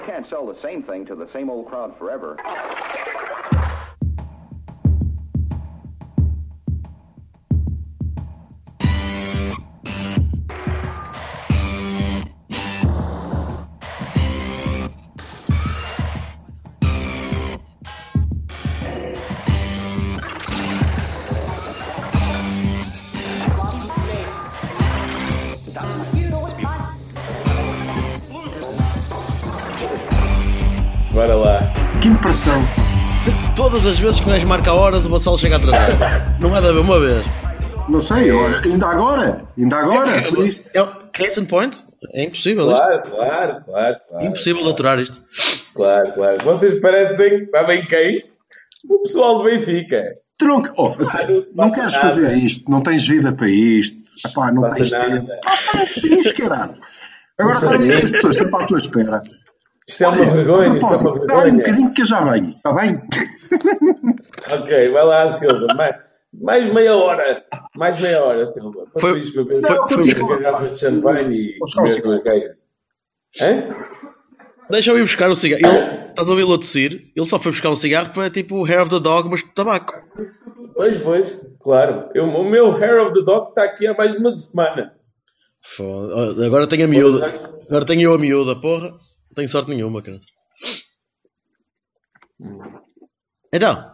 Can't sell the same thing to the same old crowd forever. Bora lá. Que impressão. Todas as vezes que nós marca horas, o Vassal chega atrasado. Não é da uma vez. Não sei, olha, ainda agora foi isto. É case in point. É impossível Claro. Impossível de aturar isto. Claro. Vocês parecem, sabem quem? O pessoal do Benfica. Tronco, não queres fazer isto, não tens vida para isto. Epá, não tens tempo. Faz isto, caralho. Agora sabem as pessoas sempre à tua espera. Isto é uma vergonha. Espera um bocadinho que eu já venho, está bem? Ok, vai lá, Silva. Mais meia hora, Silva. Foi garrafas de champanhe e comer duas queijas. Deixa eu ir buscar o cigarro. Estás a ouvi-lo a tossir? Ele só foi buscar um cigarro para tipo hair of the dog, mas de tabaco. Pois, claro. O meu hair of the dog está aqui há mais de uma semana. Agora tenho a miúda. Agora tenho eu a miúda, porra. Não tenho sorte nenhuma, cara. Então,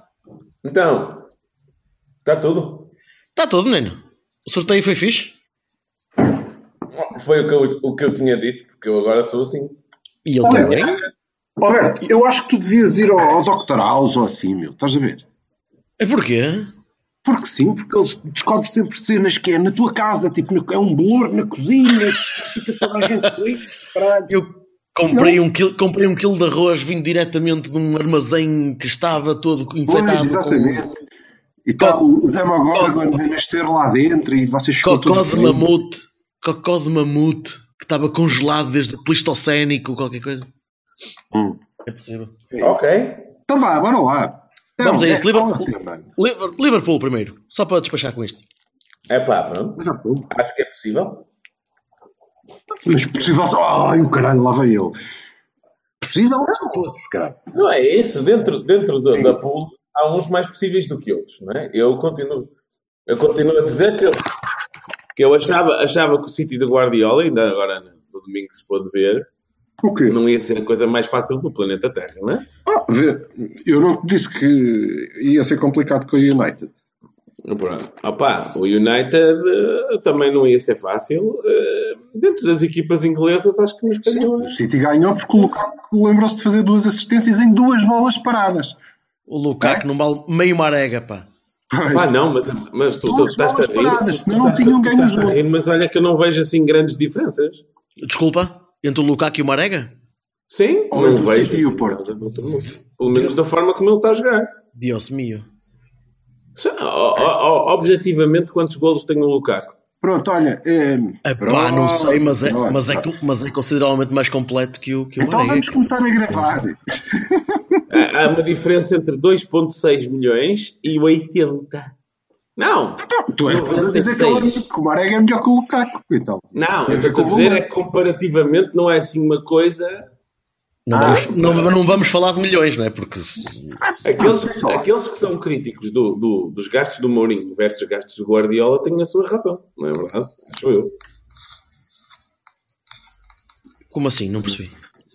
está tudo? está tudo, menino. O sorteio foi fixe? Foi o que eu tinha dito, porque eu agora sou assim. E eu também. Roberto, eu acho que tu devias ir ao Dr. House ou assim, meu. Estás a ver? É porquê? Porque sim, porque eles descobrem sempre cenas que é na tua casa, tipo, é um bolor na cozinha, fica toda a gente ali. Eu comprei um quilo de arroz vindo diretamente de um armazém que estava todo infectado. Pois, exatamente. E está o Demogorgon a nascer lá dentro e vocês ficam todos cocó de mamute que estava congelado desde o Pleistocénico, qualquer coisa. É possível. Ok. Então vá, bora lá. Vamos a isso. Liverpool primeiro, só para despachar com isto. É pá, pronto. Acho que é possível. Mas possível só. Ai, o caralho, lá vai ele. Possível são todos, caralho. Não é isso. Dentro da pool há uns mais possíveis do que outros, não é? Eu continuo a dizer que eu achava que o City de Guardiola, ainda agora no domingo se pôde ver, não ia ser a coisa mais fácil do planeta Terra, não é? Eu não te disse que ia ser complicado com o United. Pronto. O United também não ia ser fácil. Dentro das equipas inglesas, acho que nos calhou. O City ganhou porque o Lukaku lembrou-se de fazer 2 assistências em 2 bolas paradas. O Lukaku não vale meio marega, pá. Não, mas tu estás a rir. Senão não tinham ganho o jogo. Mas olha que eu não vejo assim grandes diferenças. Desculpa, entre o Lukaku e o Marega? Sim, ou entre o City e o Porto. Pelo menos da forma como ele está a jogar. Deus mío. Objetivamente, quantos golos tem o Lukaku? Pronto, olha. Não sei, mas é consideravelmente mais completo que o Marega. Então vamos começar a gravar. Há uma diferença entre 2,6 milhões e 80. Não! Então, tu és a dizer que o Marega é melhor que o Lukaku. Então, não, eu estou a dizer é que comparativamente não é assim uma coisa. Não vamos falar de milhões, não é? Porque aqueles que são críticos dos gastos do Mourinho versus os gastos do Guardiola têm a sua razão, não é verdade? Sou eu. Como assim? Não percebi.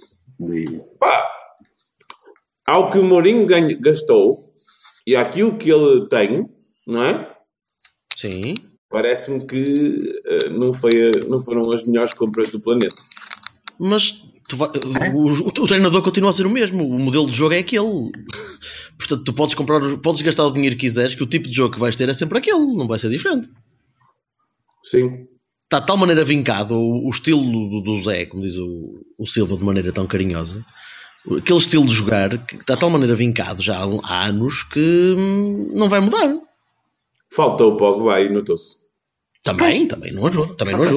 Ao que o Mourinho gastou e àquilo que ele tem, não é? Sim. Parece-me que não foram as melhores compras do planeta. Mas o treinador continua a ser o mesmo. O modelo de jogo é aquele. Portanto, tu podes gastar o dinheiro que quiseres, que o tipo de jogo que vais ter é sempre aquele. Não vai ser diferente. Sim. Está de tal maneira vincado o estilo do Zé, como diz o Silva de maneira tão carinhosa. Aquele estilo de jogar que está de tal maneira vincado já há anos que não vai mudar. Faltou o Pogba aí, notou-se. Também não ajuda.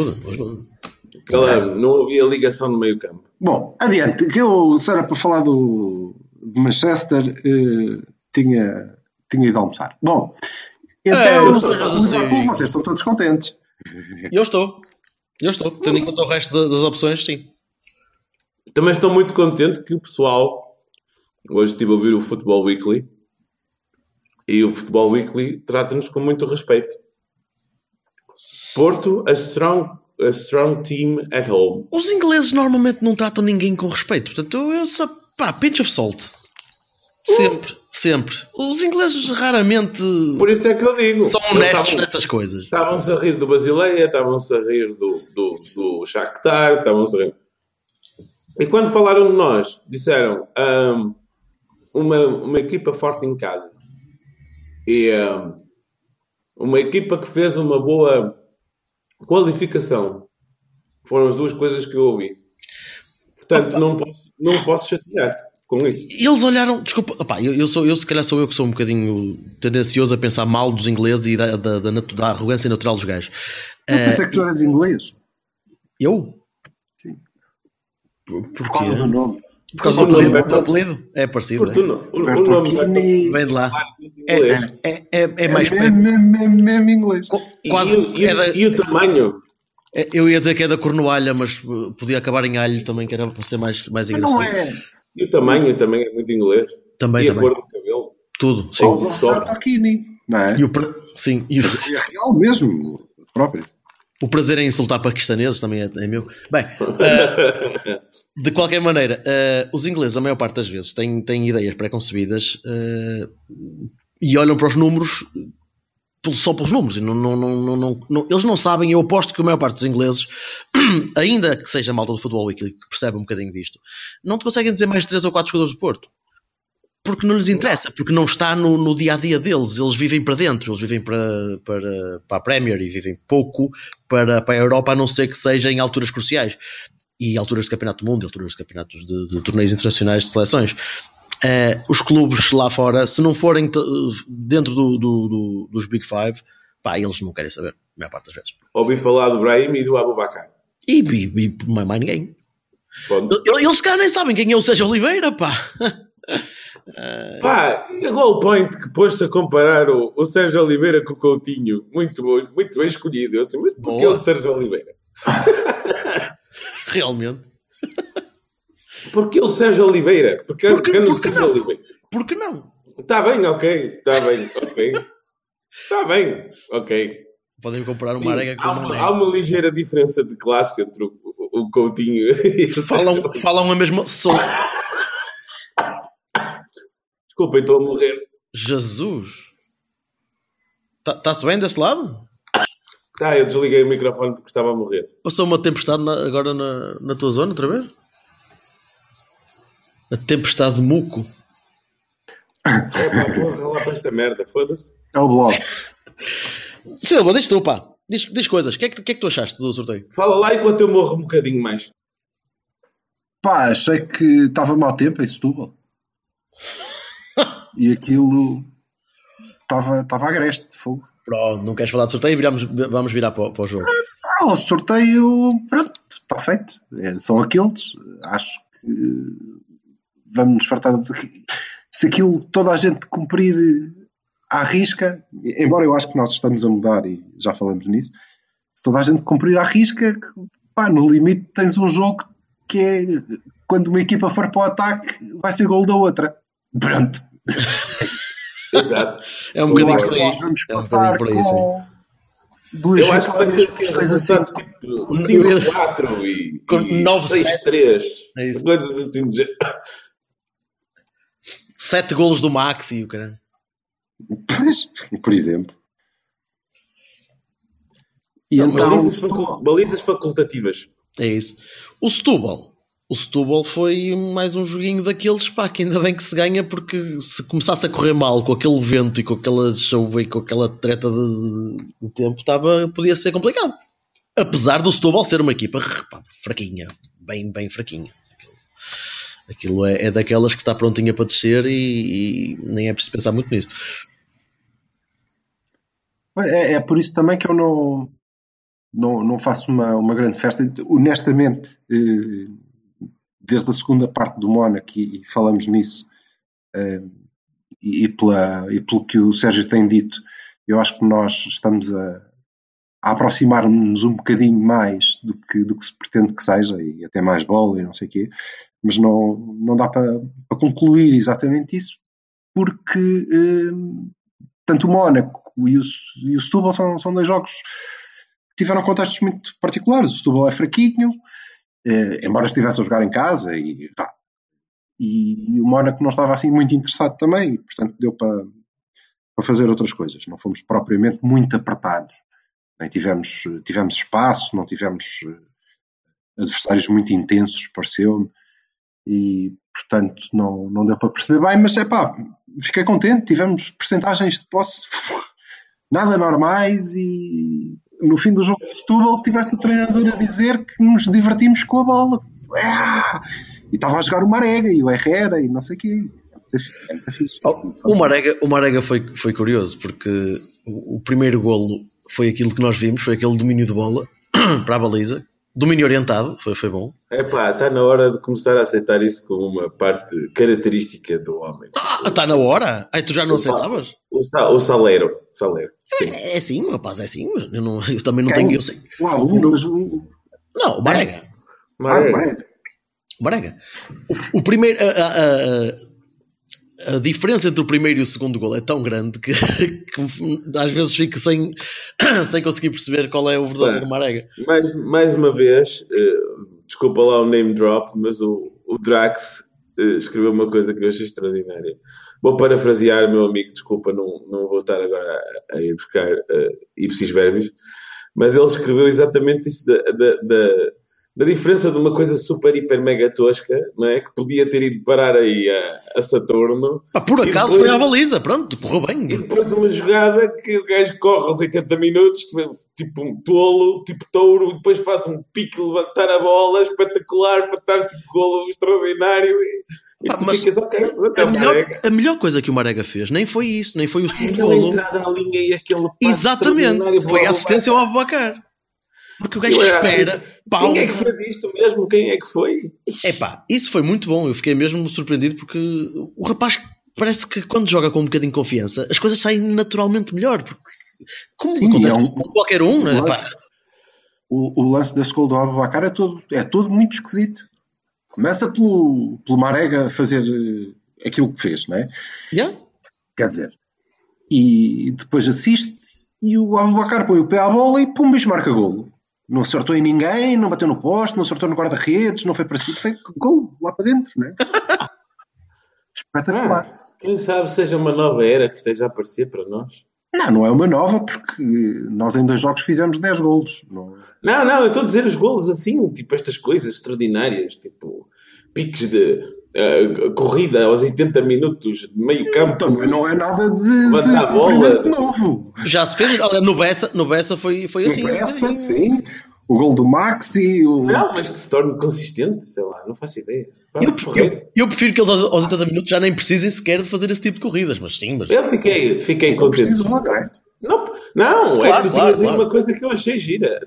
Não havia ligação no meio campo. Bom, adiante. Que eu, se era para falar de Manchester, tinha ido almoçar. Bom, então, vocês estão todos contentes. Eu estou. Tendo em conta o resto das opções, sim. Também estou muito contente que o pessoal... Hoje estive a ouvir o Football Weekly e o Football Weekly trata-nos com muito respeito. Porto, a strong team at home. Os ingleses normalmente não tratam ninguém com respeito. Portanto, eu só... pinch of salt. Sempre. Os ingleses raramente... Por isso é que eu digo. São honestos nessas coisas. Estavam-se a rir do Basileia, estavam-se a rir do Shakhtar, estavam-se a rir... E quando falaram de nós, disseram uma equipa forte em casa. E uma equipa que fez uma boa qualificação. Foram as duas coisas que eu ouvi. Portanto, não posso chatear com isso. Eles olharam... Desculpa, eu se calhar sou eu que sou um bocadinho tendencioso a pensar mal dos ingleses e da arrogância natural dos gajos. Eu pensei que tu eras inglês. Eu? Sim. Por causa do nome. Por causa do apelido? É parecido. O nome vem de lá. É mais... Mesmo inglês. Quase... E o tamanho? Eu ia dizer que é da Cornualha, mas podia acabar em alho também, que era para ser mais engraçado. Não é. E o tamanho também é muito inglês. Também. E a cor do cabelo. Tudo, sim. O Tocchini, não é? Sim. É real mesmo, próprio. O prazer em insultar paquistaneses também é meu. Bem, de qualquer maneira, os ingleses, a maior parte das vezes, têm ideias pré-concebidas e olham para os números só pelos números. Eles não sabem, eu aposto que a maior parte dos ingleses, ainda que seja malta do Football Weekly, que percebe um bocadinho disto, não te conseguem dizer mais 3 ou 4 jogadores do Porto. Porque não lhes interessa, porque não está no dia-a-dia deles. Eles vivem para dentro, eles vivem para a Premier e vivem pouco para a Europa, a não ser que seja em alturas cruciais. E alturas de campeonato do mundo, alturas de campeonatos de torneios internacionais de seleções. Os clubes lá fora, se não forem dentro dos Big Five, eles não querem saber, a maior parte das vezes. Ouvi falar do Brahim e do Aboubakar. E mais ninguém. Eles se calhar nem sabem quem é o Sérgio Oliveira, Igual o point que pôs-se a comparar o Sérgio Oliveira com o Coutinho. Muito bem escolhido. Eu assim, mas porquê o Sérgio Oliveira? Realmente. Porquê o Sérgio Oliveira? Porque não? Oliveira. Por que não? Está bem, ok. Podem comparar uma arega com uma há uma ligeira diferença de classe entre o Coutinho e o falam a mesma... Desculpem, estou a morrer. Jesus! Está-se bem desse lado? Eu desliguei o microfone porque estava a morrer. Passou uma tempestade agora na tua zona, outra vez? A tempestade de muco. Porra, lá para esta merda, foda-se. É o blog. Silva, diz tu, Diz coisas. O que é que tu achaste do sorteio? Fala lá enquanto eu morro um bocadinho mais. Achei que estava mau tempo em Setúbal. E aquilo estava agreste de fogo. Pronto, não queres falar de sorteio? Vamos virar para o jogo. O sorteio, pronto, está feito. São aqueles. Acho que vamos nos fartar de... Se aquilo toda a gente cumprir à risca, embora eu acho que nós estamos a mudar e já falamos nisso, se toda a gente cumprir à risca, no limite tens um jogo que é quando uma equipa for para o ataque vai ser gol da outra. Pronto. Exato. É um bocadinho por aí. Nós vamos passar com duas eu acho que vai ser assim, tipo 5-4 e 6-3. É isso. Coisas assim de... 7 golos do Maxi, o caralho. Por exemplo. E não, então, balizas facultativas. É isso. O Setúbal foi mais um joguinho daqueles, que ainda bem que se ganha, porque se começasse a correr mal com aquele vento e com aquela chuva e com aquela treta de tempo, podia ser complicado. Apesar do Setúbal ser uma equipa fraquinha, bem fraquinha. Aquilo é daquelas que está prontinha para descer e nem é preciso pensar muito nisso. É por isso também que eu não faço uma grande festa. Honestamente, desde a segunda parte do Mónaco, e falamos nisso, e pelo que o Sérgio tem dito, eu acho que nós estamos a aproximar-nos um bocadinho mais do que se pretende que seja, e até mais bola e não sei o quê, mas não dá para concluir exatamente isso, porque tanto o Mónaco e o Setúbal são dois jogos que tiveram contextos muito particulares. O Setúbal é fraquinho, embora estivesse a jogar em casa, e o Mónaco não estava assim muito interessado também, e portanto deu para fazer outras coisas. Não fomos propriamente muito apertados, nem tivemos espaço, não tivemos adversários muito intensos, pareceu-me, e portanto não deu para perceber bem, mas fiquei contente. Tivemos percentagens de posse nada normais, e no fim do jogo de Setúbal tiveste o treinador a dizer que nos divertimos com a bola. E estava a jogar o Marega e o Herrera e não sei o quê. É muito fixe. O Marega foi curioso, porque o primeiro golo foi aquilo que nós vimos, foi aquele domínio de bola para a baliza, domínio orientado, foi bom. Está na hora de começar a aceitar isso como uma parte característica do homem. Está na hora? Tu já não aceitavas? O Salero. Sim. É assim, rapaz, é assim. Eu também não tenho... Eu sei. Não, o Marega. Marega. O primeiro... A diferença entre o primeiro e o segundo gol é tão grande que às vezes fico sem conseguir perceber qual é o verdadeiro Marega. Mais uma vez, desculpa lá o name drop, mas o Drax escreveu uma coisa que eu achei extraordinária. Vou parafrasear, meu amigo, desculpa, não vou estar agora a ir buscar ipsis verbis, mas ele escreveu exatamente isso da diferença de uma coisa super, hiper, mega tosca, não é? Que podia ter ido parar aí a Saturno. Por acaso depois, foi à baliza, pronto, correu bem. E depois uma jogada que o gajo corre aos 80 minutos, tipo um tolo, tipo touro, e depois faz um pique, levantar a bola, espetacular, fantástico, golo extraordinário. E tu ficas, ok, a melhor coisa que o Marega fez nem foi isso, nem foi o segundo golo. Aquela entrada à linha e aquele passe. Exatamente, foi a assistência ao Aboubakar. Porque o gajo espera... pausa. Quem é que fez isto mesmo? Quem é que foi? Isso foi muito bom. Eu fiquei mesmo surpreendido, porque o rapaz parece que quando joga com um bocadinho de confiança as coisas saem naturalmente melhor. Como acontece com qualquer um, né? O lance desse gol do Aboubakar é todo muito esquisito. Começa pelo Marega fazer aquilo que fez, não é? Yeah. Quer dizer, e depois assiste e o Aboubakar põe o pé à bola e pum, bicho, marca golo. Não acertou em ninguém, não bateu no poste, não acertou no guarda-redes, não foi para cima, foi gol lá para dentro, não é? Espetacular. Quem sabe seja uma nova era que esteja a aparecer para nós. Não é uma nova, porque nós em 2 jogos fizemos 10 golos. Não, eu estou a dizer os golos assim, tipo estas coisas extraordinárias, tipo piques de corrida aos 80 minutos de meio campo. Também não é nada de bola novo. Já se fez, no Bessa foi assim. No Bessa, sim. O gol do Maxi. Não, mas que se torne consistente, sei lá, não faço ideia. Eu prefiro que eles aos 80 minutos já nem precisem sequer de fazer esse tipo de corridas, mas sim. Eu fiquei contente. Não, claro, tinhas uma coisa que eu achei gira.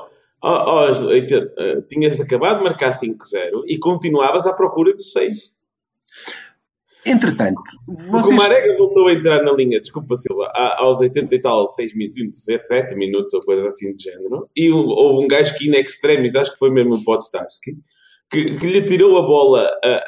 Tinhas acabado de marcar 5-0 e continuavas à procura do 6. Entretanto, o Marega voltou a entrar na linha, desculpa Silva, aos 80 e tal, 6 minutos, 7 minutos ou coisa assim de género, e houve um gajo que in extremis, acho que foi mesmo o Podstavski, que lhe tirou a bola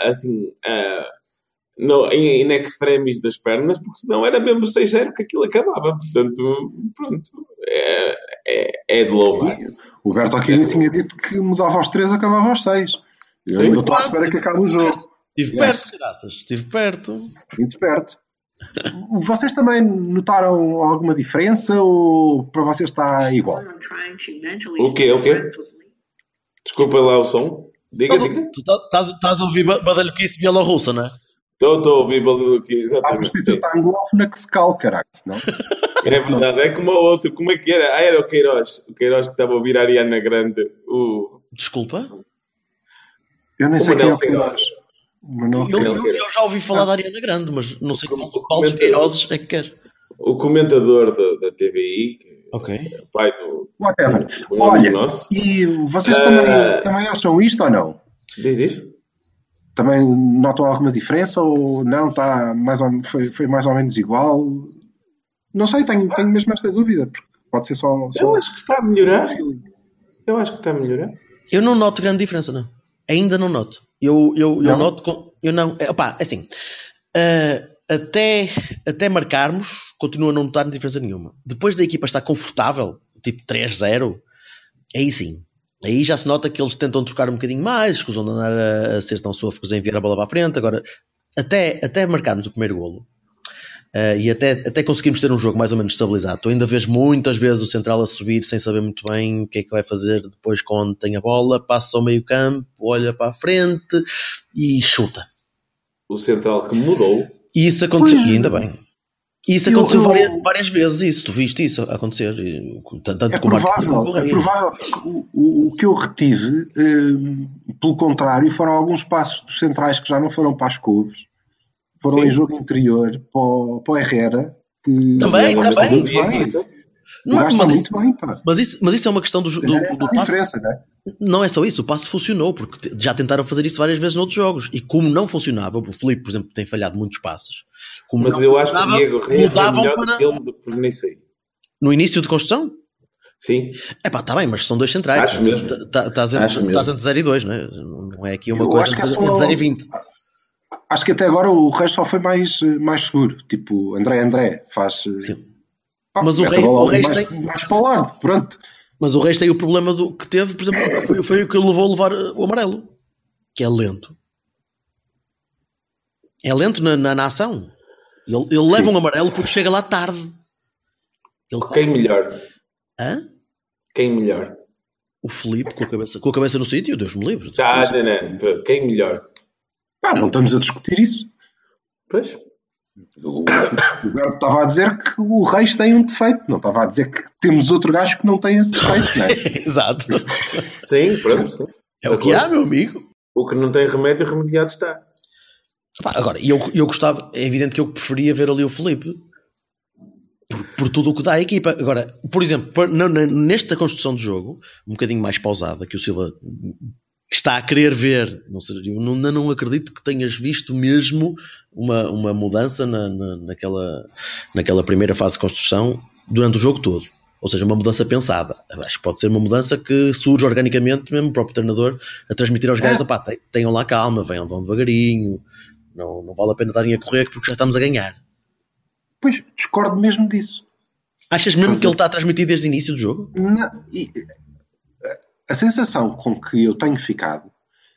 in extremis das pernas, porque senão era mesmo 6-0 que aquilo acabava. Portanto, pronto, é de louvar. O Bertolini tinha dito que mudava aos 3, acabava aos 6. Eu ainda estou à espera que acabe o jogo. Estive perto. Muito perto. Vocês também notaram alguma diferença ou para vocês está igual? O quê? Desculpa lá o som. Diga. Tu estás a ouvir badalhoquice bielorrussa, não é? Estou a ouvir badalhoquice, exatamente. Prostituta anglófona que se cala, caralho, senão... É verdade, é como o outro. Como é que era? Era o Queiroz. O Queiroz que estava a ouvir a Ariana Grande. Desculpa? Eu nem sei quem é o Queiroz. Eu já ouvi falar da Ariana Grande, mas não sei qual dos Queirozes é que quer. O comentador da TVI, é o pai do... Whatever. Olha, e vocês também acham isto ou não? Diz isso? Também notam alguma diferença ou não? Foi mais ou menos igual? Não sei, tenho mesmo esta dúvida. Pode ser só Eu acho que está a melhorar. Eu acho que está a melhorar. Eu não noto grande diferença, não. Ainda não noto. Eu Não? noto... Eu não... Opá, assim... até marcarmos, continuo a não notar diferença nenhuma. Depois da equipa estar confortável, tipo 3-0, aí sim. Aí já se nota que eles tentam trocar um bocadinho mais, escusam de andar a ser tão sôfregos a enviar a bola para a frente. Agora, até marcarmos o primeiro golo, e até conseguirmos ter um jogo mais ou menos estabilizado, tu ainda vês muitas vezes o central a subir sem saber muito bem o que é que vai fazer depois quando tem a bola, passa ao meio campo, olha para a frente e chuta. O central que mudou. E isso aconteceu, Pois, e ainda bem. Isso aconteceu várias vezes, isso. Tu viste isso acontecer. Tanto é com o Marquinhos provável. como com o É Correia. provável. O que eu retive, pelo contrário, foram alguns passos dos centrais que já não foram para as couves. Foram Sim. em jogo interior para o Herrera. Que Também. muito bem. O gajo está muito bem, pá. Mas isso é uma questão do É essa a passe. diferença, não é? Não é só isso, o passe funcionou, porque já tentaram fazer isso várias vezes noutros jogos. E como não funcionava, o Filipe, por exemplo, tem falhado muitos passos. Como Mas não eu acho que o funcionava, Diego Reis é mudavam melhor para... que ele do que nisso aí. No início de construção? Sim. Está bem, mas são dois centrais. Acho mesmo. Estás entre 0 e 2, não é? Não é aqui uma Eu coisa acho que entre é só- 0 e 20. Acho que até agora o resto só foi mais seguro. Tipo, André faz. Sim. Pá, Mas o mete a Reis- bola o ali Reis mais para o lado. Pronto. Mas o resto tem o problema que teve, por exemplo, foi o que levou a levar o amarelo. Que é lento. É lento na ação. Ele leva um amarelo porque chega lá tarde. Quem melhor? Hã? Quem melhor? O Filipe com a cabeça no sítio, Deus me livre. Não. Quem melhor? Pá, não estamos a discutir isso. Pois. O Berto estava a dizer que o Reis tem um defeito. Não estava a dizer que temos outro gajo que não tem esse defeito, não é? Exato. Sim, pronto. É o que há, meu amigo. O que não tem remédio, remediado está. Pá, agora, eu gostava, é evidente que eu preferia ver ali o Filipe por tudo o que dá à equipa. Agora, por exemplo, nesta construção de jogo, um bocadinho mais pausada, que o Silva está a querer ver, não sei, eu não acredito que tenhas visto mesmo uma mudança naquela primeira fase de construção durante o jogo todo. Ou seja, uma mudança pensada. Acho que pode ser uma mudança que surge organicamente, mesmo o próprio treinador a transmitir aos gajos: opá, tenham lá calma, vão devagarinho, não vale a pena estarem a correr porque já estamos a ganhar. Pois, discordo mesmo disso. Achas mesmo que ele está a transmitir desde o início do jogo? A sensação com que eu tenho ficado,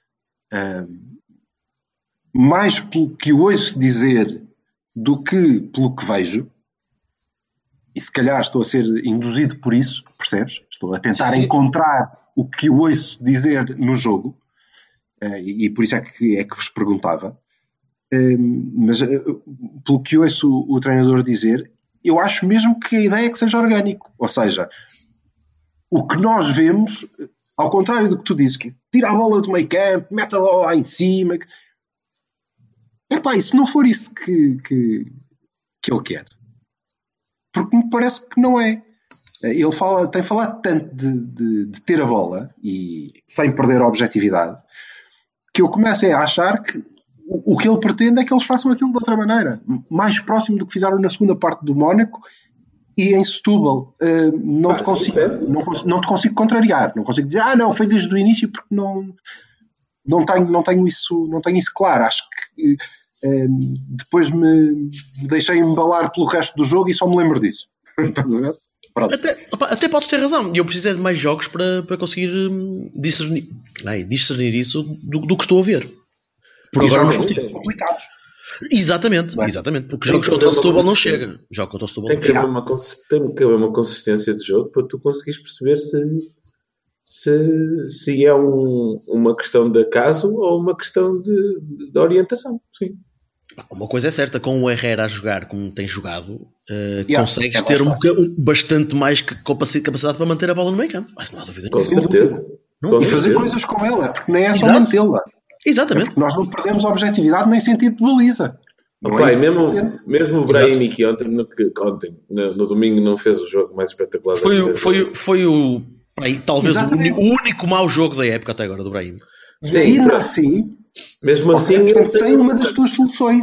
mais pelo que ouço dizer do que pelo que vejo, e se calhar estou a ser induzido por isso, percebes? Estou a tentar encontrar o que ouço dizer no jogo, e por isso é que vos perguntava. Mas pelo que ouço o treinador dizer, eu acho mesmo que a ideia é que seja orgânico. Ou seja, o que nós vemos, ao contrário do que tu dizes, que tira a bola do meio campo, mete a bola lá em cima. Epá, e se não for isso que ele quer? Porque me parece que não é. Ele tem falado tanto de ter a bola e sem perder a objetividade, que eu começo a achar que o que ele pretende é que eles façam aquilo de outra maneira, mais próximo do que fizeram na segunda parte do Mónaco e em Setúbal. Não te consigo contrariar, não consigo dizer não, foi desde o início, porque não tenho isso claro. Acho que depois me deixei embalar pelo resto do jogo e só me lembro disso. Estás a ver? Até podes ter razão. E eu preciso de mais jogos para conseguir discernir isso do que estou a ver. Porque agora não são complicados. Exatamente. Porque jogos contra o Setúbal não chega. Tem que haver uma consistência de jogo para tu conseguires perceber se é uma questão de acaso ou uma questão de orientação. Sim. Uma coisa é certa, com o Herrera a jogar como tem jogado, consegues ter bastante mais capacidade para manter a bola no meio campo. Mas não há dúvida. Com certeza. E fazer coisas com ela, porque nem é só mantê-la. Exatamente. Nós não perdemos a objetividade nem sentido de baliza. Mesmo o Brahim, que ontem no domingo não fez o jogo mais espetacular. Foi talvez o único mau jogo da época até agora do Brahim. E ainda assim, mesmo assim, portanto, sem uma das tuas soluções.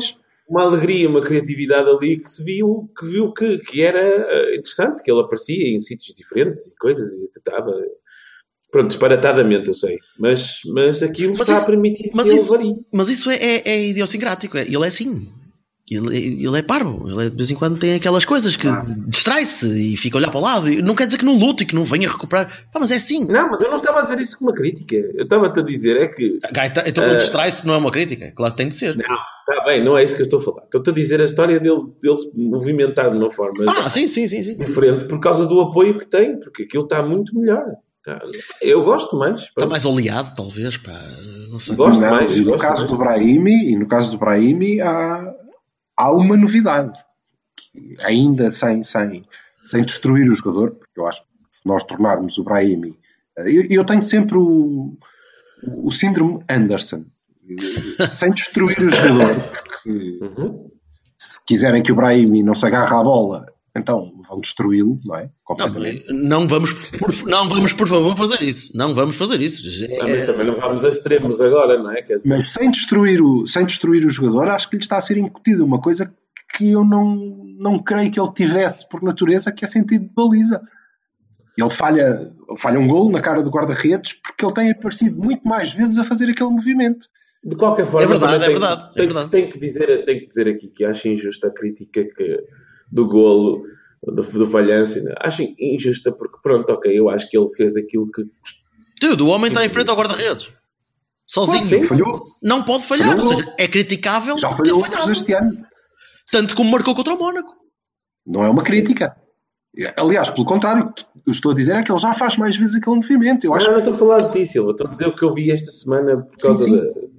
uma alegria, uma criatividade ali que se viu que era interessante, que ele aparecia em sítios diferentes e coisas, e estava... Pronto, disparatadamente, eu sei. Mas aquilo está a permitir que ele varie. Mas isso é idiosincrático. Ele é assim. Ele é parvo. Ele de vez em quando tem aquelas coisas que distrai-se e fica a olhar para o lado. Não quer dizer que não lute e que não venha recuperar. Mas é assim. Não, mas eu não estava a dizer isso como uma crítica. Eu estava-te a dizer é que... Então quando distrai-se não é uma crítica. Claro que tem de ser. Não, está bem, não é isso que eu estou a falar. Estou-te a dizer a história dele se movimentar de uma forma sim. diferente por causa do apoio que tem. Porque aquilo está muito melhor. Eu gosto mais. Está mais oleado, talvez. Pá. Não sei. Gosto mais. E no caso do Brahimi há uma novidade. Que ainda sem destruir o jogador, porque eu acho que se nós tornarmos o Brahimi... Eu tenho sempre o síndrome Anderson. Sem destruir o jogador, porque se quiserem que o Brahimi não se agarre à bola... Então vão destruí-lo, não é? Completamente. Não vamos, por favor, fazer isso. Não vamos fazer isso. Mas também não vamos a extremos agora, não é? Quer dizer... Mas sem destruir o jogador, acho que lhe está a ser incutida uma coisa que eu não creio que ele tivesse por natureza, que é sentido de baliza. Ele falha um golo na cara do guarda-redes porque ele tem aparecido muito mais vezes a fazer aquele movimento. De qualquer forma, é verdade. Tenho que dizer aqui que acho injusta a crítica do golo, do falhanço. Acho injusta porque, pronto, ok, eu acho que ele fez aquilo que... O homem está em frente ao guarda-redes. Sozinho. Falhou. Não pode falhar. Ou seja, é criticável. Já falhou outros este ano. Tanto como marcou contra o Mónaco. Não é uma crítica. Aliás, pelo contrário, o que eu estou a dizer é que ele já faz mais vezes aquele movimento. Não estou a falar de ti, Silva. Estou a dizer o que eu vi esta semana por causa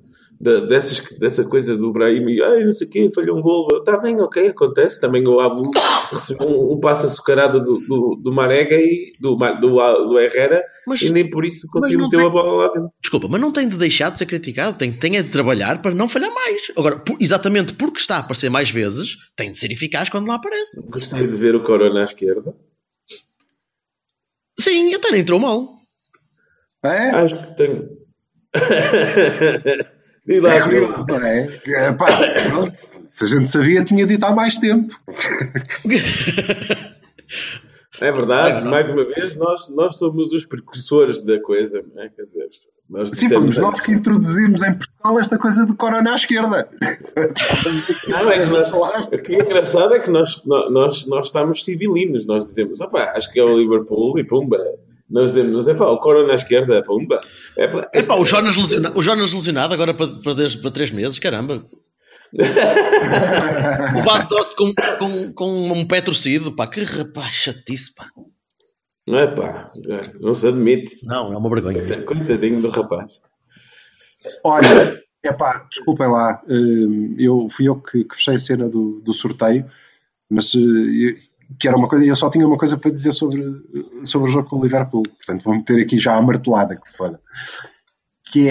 dessa coisa do Brahimi, não sei o quê, falhou um golo. Está bem, ok, acontece. Também o Abu recebeu um passo açucarado do Marega e do Herrera, e nem por isso conseguiu meter a bola lá dentro. Desculpa, mas não tem de deixar de ser criticado, tem de trabalhar para não falhar mais. Agora, exatamente porque está a aparecer mais vezes, tem de ser eficaz quando lá aparece. Gostei de ver o Corona à esquerda. Sim, até nem entrou mal. É? Acho que tenho. É curioso, não é? Pronto, se a gente sabia, tinha dito há mais tempo. É verdade, mais uma vez, nós somos os precursores da coisa, não é? Quer dizer, sim, fomos nós que introduzimos em Portugal esta coisa de Corona à esquerda. Não, é que o que é engraçado é que nós estamos civilinos, nós dizemos, acho que é o Liverpool e pumba. Nós dizemos, o Corona à esquerda, pumba. O Jonas lesionado agora para 3 meses, caramba. O Bas Dost com um pé torcido, pá, que rapaz chatice, pá. Não é, pá, não se admite. Não, é uma vergonha. Coitadinho do rapaz. Olha, desculpem lá, fui eu que fechei a cena do sorteio, mas que era uma coisa, eu só tinha uma coisa para dizer sobre o jogo com o Liverpool, portanto vou meter aqui já a martelada que se foda, que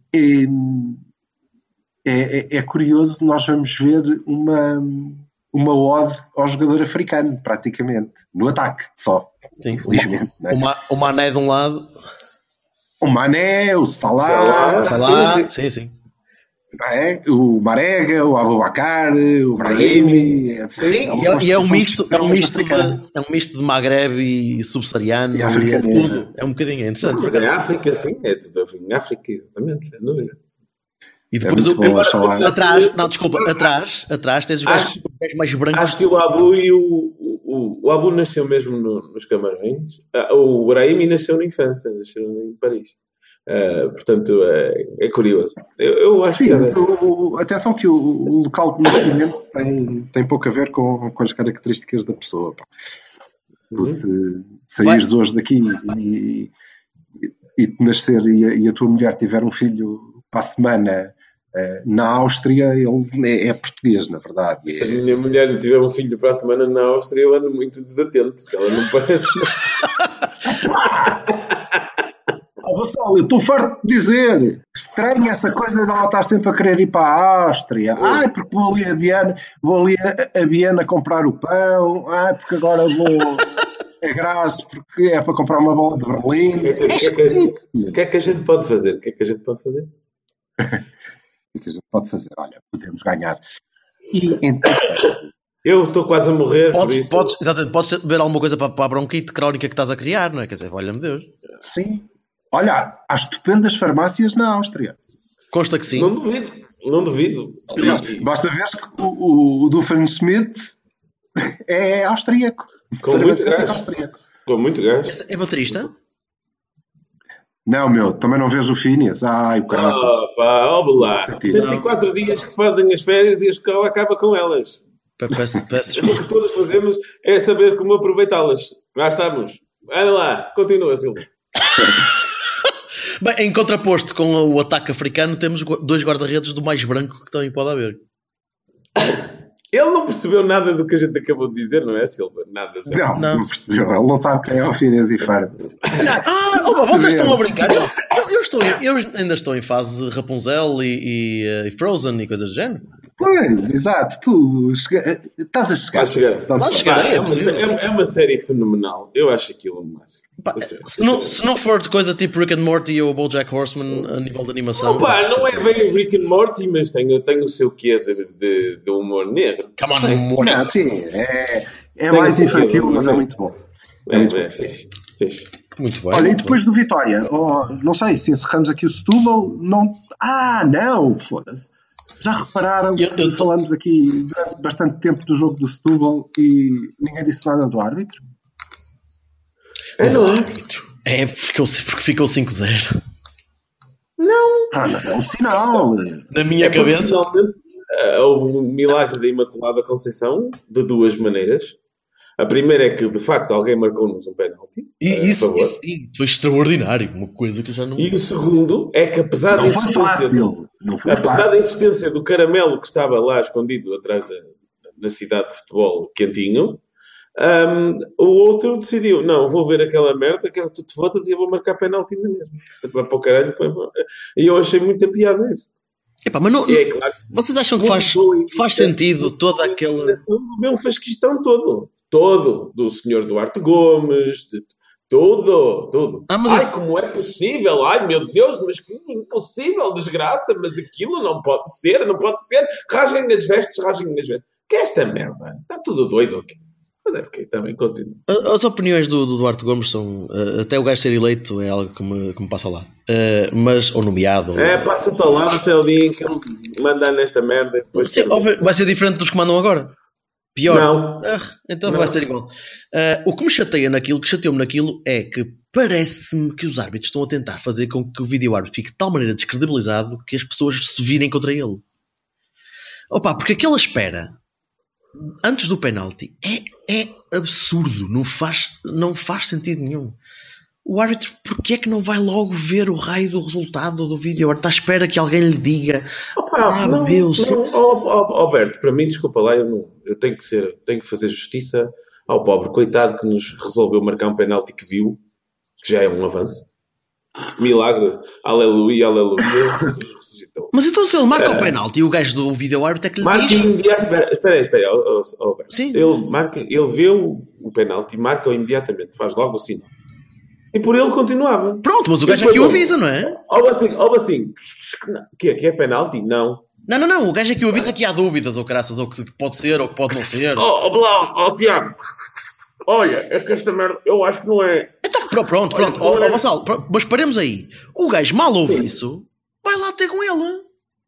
é curioso, nós vamos ver uma ode ao jogador africano, praticamente, no ataque só. Sim, infelizmente. O Mané de um lado, o Mané, o Salah, sim. O Marega, o Abubakar, o Brahimi. Sim, é um misto de Maghreb e subsaariano. Tudo. É um bocadinho interessante. Mas em África, sim, é tudo em África, exatamente, sem dúvida. E depois atrás tens os gajos mais brancos. Acho que o Abu o Abu nasceu mesmo nos Camarões. O Brahimi nasceu na infância, nasceu em Paris. Portanto, é curioso. Eu acho sim, que atenção que o local de nascimento tem pouco a ver com as características da pessoa. Se saíres hoje daqui e te nascer e a tua mulher tiver um filho para a semana na Áustria, ele é português, na verdade. Se a minha mulher tiver um filho para a semana na Áustria, eu ando muito desatento, porque ela não parece. Vassal, eu estou farto de dizer, estranho essa coisa de ela estar sempre a querer ir para a Áustria. Porque vou ali a Viena comprar o pão. Porque agora vou a Graz porque é para comprar uma bola de Berlim. O que é que a gente pode fazer? Olha, podemos ganhar. Eu estou quase a morrer. Exatamente, podes ver alguma coisa para a bronquite crónica que estás a criar, não é? Quer dizer, olha-me Deus. Sim. Olha, há estupendas farmácias na Áustria. Consta que sim. Não duvido. Aliás, basta ver que o Doofenshmirtz é austríaco. Com muito gás. É baterista? Não, meu, também não vejo o Phineas. Ai, o caraças. Ó lá. 104 dias que fazem as férias e a escola acaba com elas. Peço O que todos fazemos é saber como aproveitá-las. Lá estamos. Anda lá, continua, Silvio. Bem, em contraposto com o ataque africano, temos 2 guarda-redes do mais branco que também pode haver. Ele não percebeu nada do que a gente acabou de dizer, não é, Silva? Nada. Não percebeu. Ele não sabe quem é o Phineas e Ferb. Vocês estão a brincar. Eu ainda estou em fase Rapunzel e Frozen e coisas do género. Pois, exato. Tu estás a chegar. É uma série fenomenal. Eu acho aquilo o máximo. Se não for de coisa tipo Rick and Morty ou BoJack Horseman a nível de animação... não é bem o Rick and Morty, mas tem o seu quê de humor negro. Come on, humor. Não, sim, é mais infantil, mas é muito bom. Fixe. Muito bem. Olha, e depois do Vitória, não sei se encerramos aqui o Setúbal, não... não, foda-se. Já repararam que falamos aqui durante bastante tempo do jogo do Setúbal e ninguém disse nada do árbitro? Porque ficou 5-0. Não. Mas é um sinal. Na minha cabeça. Finalmente, houve um milagre da Imaculada Conceição de 2 maneiras. A primeira é que, de facto, alguém marcou-nos um penalti. Isso foi extraordinário. Uma coisa que eu já não... E o segundo é que, apesar da insistência do caramelo que estava lá escondido atrás da cidade de futebol quentinho, o outro decidiu, não, vou ver aquela merda, quero que tu te votas e eu vou marcar penalti na mesma. Vai para o caralho. E eu achei muita piada isso. Mas não, claro, vocês acham que faz sentido toda aquela... O meu fasquistão todo, do Sr. Duarte Gomes, tudo. Como é possível? Ai, meu Deus, mas que impossível, desgraça, mas aquilo não pode ser. Rasguem nas vestes. Que é esta merda? Está tudo doido aqui. Mas é porque também continua. As opiniões do Duarte Gomes são... até o gajo ser eleito é algo que me passa ao lado. Ou nomeado. Passa-te ao lado até o dia em que ele mandar nesta merda. Vai ser diferente dos que mandam agora? Pior? Não. Então não. Vai ser igual. O que me chateia naquilo, que chateou-me naquilo, é que parece-me que os árbitros estão a tentar fazer com que o vídeo-árbitro fique de tal maneira descredibilizado que as pessoas se virem contra ele. Porque aquela espera antes do penalti é absurdo. Não faz sentido nenhum. O árbitro, porquê é que não vai logo ver o raio do resultado do vídeo? Está à espera que alguém lhe diga. Alberto, para mim, desculpa lá, eu tenho que fazer justiça ao pobre coitado que nos resolveu marcar um penalti que viu, que já é um avanço. Milagre, aleluia. Mas então se ele marca o penalti e o gajo do vídeo árbitro é que lhe diz... Espera aí, Alberto. Sim. Ele vê o penalti, marca-o imediatamente, faz logo o sinal. E por ele continuava. Pronto, mas o gajo aqui o avisa, não é? Ou assim. Que é penalti? Não. Não. O gajo aqui o avisa que há dúvidas, ou caraças, ou que pode ser, ou que pode não ser. Tiago. Olha, é que esta merda, eu acho que não é... Então, pronto. Vassal, mas paremos aí. O gajo mal ouve isso, vai lá ter com ele.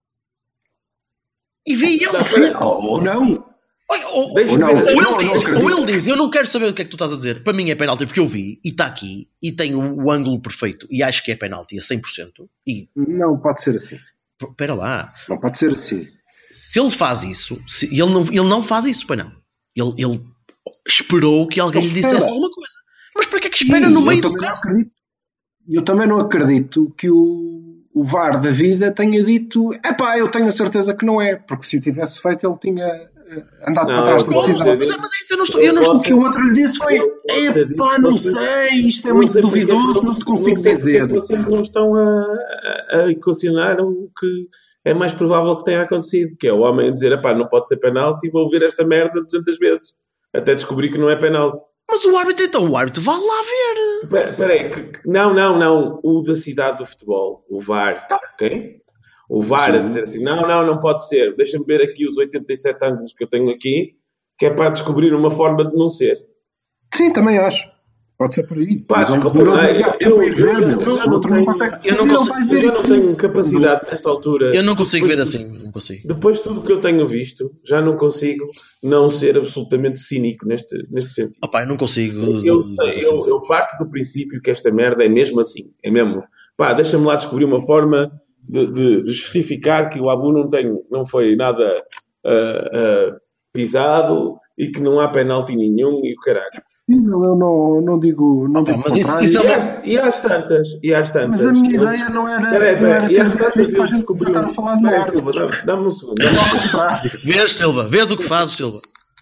E vê ele. Sim, ou não. Ou ele diz, eu não quero saber o que é que tu estás a dizer. Para mim é penalti porque eu vi, e está aqui, e tenho o ângulo perfeito, e acho que é penalti a 100%. Não pode ser assim. Espera lá. Não pode ser assim. Se ele faz isso, ele não faz isso, para não. Ele esperou que alguém lhe dissesse alguma coisa. Mas para que é que espera no meio do campo? Eu também não acredito que o VAR da vida tenha dito eu tenho a certeza que não é, porque se o tivesse feito ele tinha andado para trás da decisão. Mas isso eu não estou... O que o outro lhe disse foi não sei, isto é muito duvidoso, não te consigo dizer. Vocês não estão a equacionar o que é mais provável que tenha acontecido, que é o homem dizer, não pode ser penalti e vou ver esta merda 200 vezes, até descobrir que não é penalti. Mas o árbitro vai lá ver. Espera aí, não, o da cidade do futebol, o VAR, ok? o VAR a dizer assim, não pode ser, deixa-me ver aqui os 87 ângulos que eu tenho aqui, que é para descobrir uma forma de não ser. Sim, também acho. Pode ser por aí. Pá, Mas desculpa, demorou demasiado tempo a ir ver, meu. O outro não consegue eu não decidir, consigo- ele vai ver Eu e já não tenho decide. capacidade nesta altura. Eu não consigo ver Depois- assim. Não consigo. Depois de tudo que eu tenho visto, já não consigo não ser absolutamente cínico neste sentido. Opa, eu não consigo. Eu parto do princípio que esta merda é mesmo assim. É mesmo. Pá, deixa-me lá descobrir uma forma de justificar que o Abu não foi nada pisado e que não há penalti nenhum e o caralho. Eu não digo mas contrário. isso é E às tantas. Mas a minha ideia não era e às ter tantas visto para a eu gente descobri estar a falar de Espera aí, merda. Silva, dá-me um segundo. Ao contrário. Vês, Silva, vês o que fazes, Silva.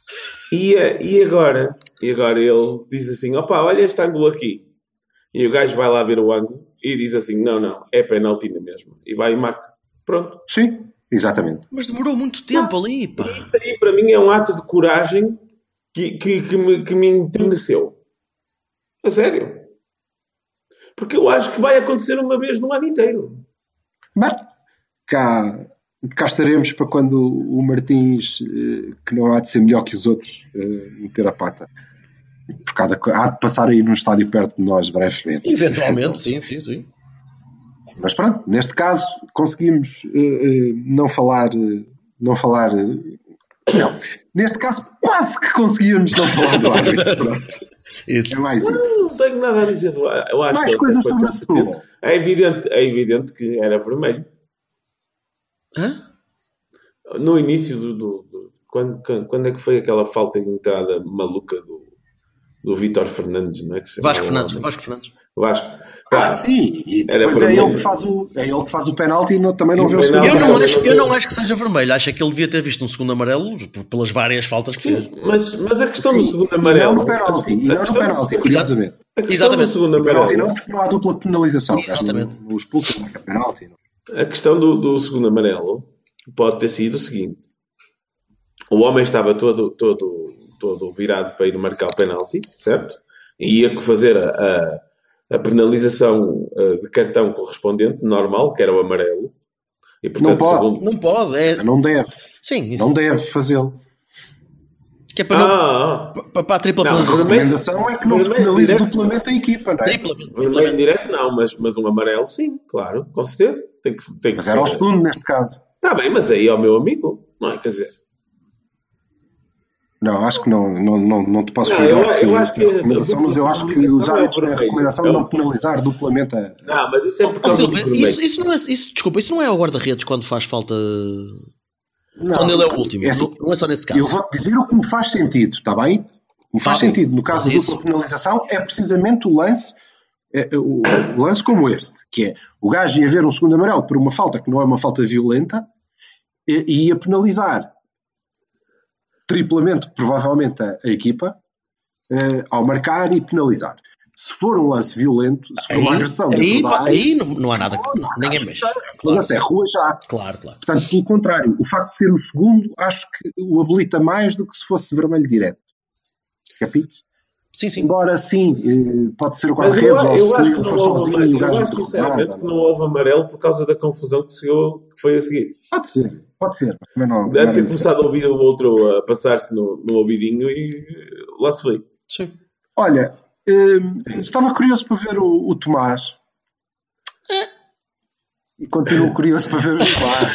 E agora ele diz assim, opa, olha este ângulo aqui. E o gajo vai lá ver o ângulo e diz assim, não, é penalti na mesma. E vai e marca. Pronto. Sim, exatamente. Mas demorou muito tempo ali, pá. Isso aí para mim é um ato de coragem que me enterneceu. A sério. Porque eu acho que vai acontecer uma vez no ano inteiro. Bem, cá estaremos para quando o Martins, que não há de ser melhor que os outros, meter a pata. Porque há de passar aí num estádio perto de nós brevemente. Eventualmente, sim. Mas pronto, neste caso conseguimos não falar. Não. Neste caso, quase que conseguíamos não falar do árbitro. Pronto. Isso. É mais isso. Não tenho nada a dizer do árbitro. Eu acho Mais que coisas foi sobre o competente. futebol. É evidente que era vermelho. Hã? No início quando é que foi aquela falta de entrada maluca do Vítor Fernandes, não é? Que se chamava Vasco o Fernandes. homem? Vasco Fernandes. Vasco. Pá, Sim, e era depois é vermelho. ele que faz o penalti e também não E vê o o segundo penalti- amarelo. Eu não acho que seja vermelho. Acho que ele devia ter visto um segundo amarelo pelas várias faltas que fez. Sim, mas a questão do Sim, segundo e amarelo. não no penalti, curiosamente. A questão Exatamente. do segundo Penalti amarelo. não, porque não há dupla penalização. Exatamente. No expulso não é penalti. A questão do segundo amarelo pode ter sido o seguinte: o homem estava todo virado para ir marcar o penalti, certo? E ia fazer a penalização de cartão correspondente, normal, que era o amarelo. E, portanto, Não pode. segundo... Não pode. É... Não deve. Sim, isso. Não deve fazê-lo. Que é para, para a tripla Não, A penalização. vermelho- recomendação é que não se vermelho penalize direto. duplamente a equipa, não é? Vermelho direto não, mas um amarelo sim, claro, com certeza. Tem que Mas era o ser. segundo neste caso. Está bem, mas aí é o meu amigo, não é? Quer dizer, Não, acho que não te posso Não, julgar eu acho que a recomendação, mas eu acho que os árbitros têm a recomendação de não penalizar duplamente a... não, mas isso é por Ó, causa do Silva, vermelho. isso não é, desculpa, isso não é o guarda-redes quando faz falta. Não, Quando ele é o último. é assim, Não é só nesse caso. eu vou-te dizer o que me faz sentido, está bem? O que faz Tá bem. sentido no caso da Mas isso- dupla penalização é precisamente o lance como este, que é o gajo ia ver um segundo amarelo por uma falta que não é uma falta violenta e ia penalizar triplamente, provavelmente, a equipa ao marcar e penalizar. Se for um lance violento, se for uma agressão dentro da área, aí não há nada. Ninguém mexe. o lance é rua já. Claro. Portanto, pelo contrário, o facto de ser o segundo, acho que o habilita mais do que se fosse vermelho direto. Capite? Sim. Embora sim, pode ser o Mas guarda-redes ou eu acho se que ele não for houve sozinho e o eu gajo acho sinceramente que não houve amarelo por causa da confusão que foi a seguir. Pode ser, mas também não. Deve ter começado a ouvir o outro a passar-se no ouvidinho e lá se foi. Sim. Olha, estava curioso para ver o Tomás. E continuo curioso para ver o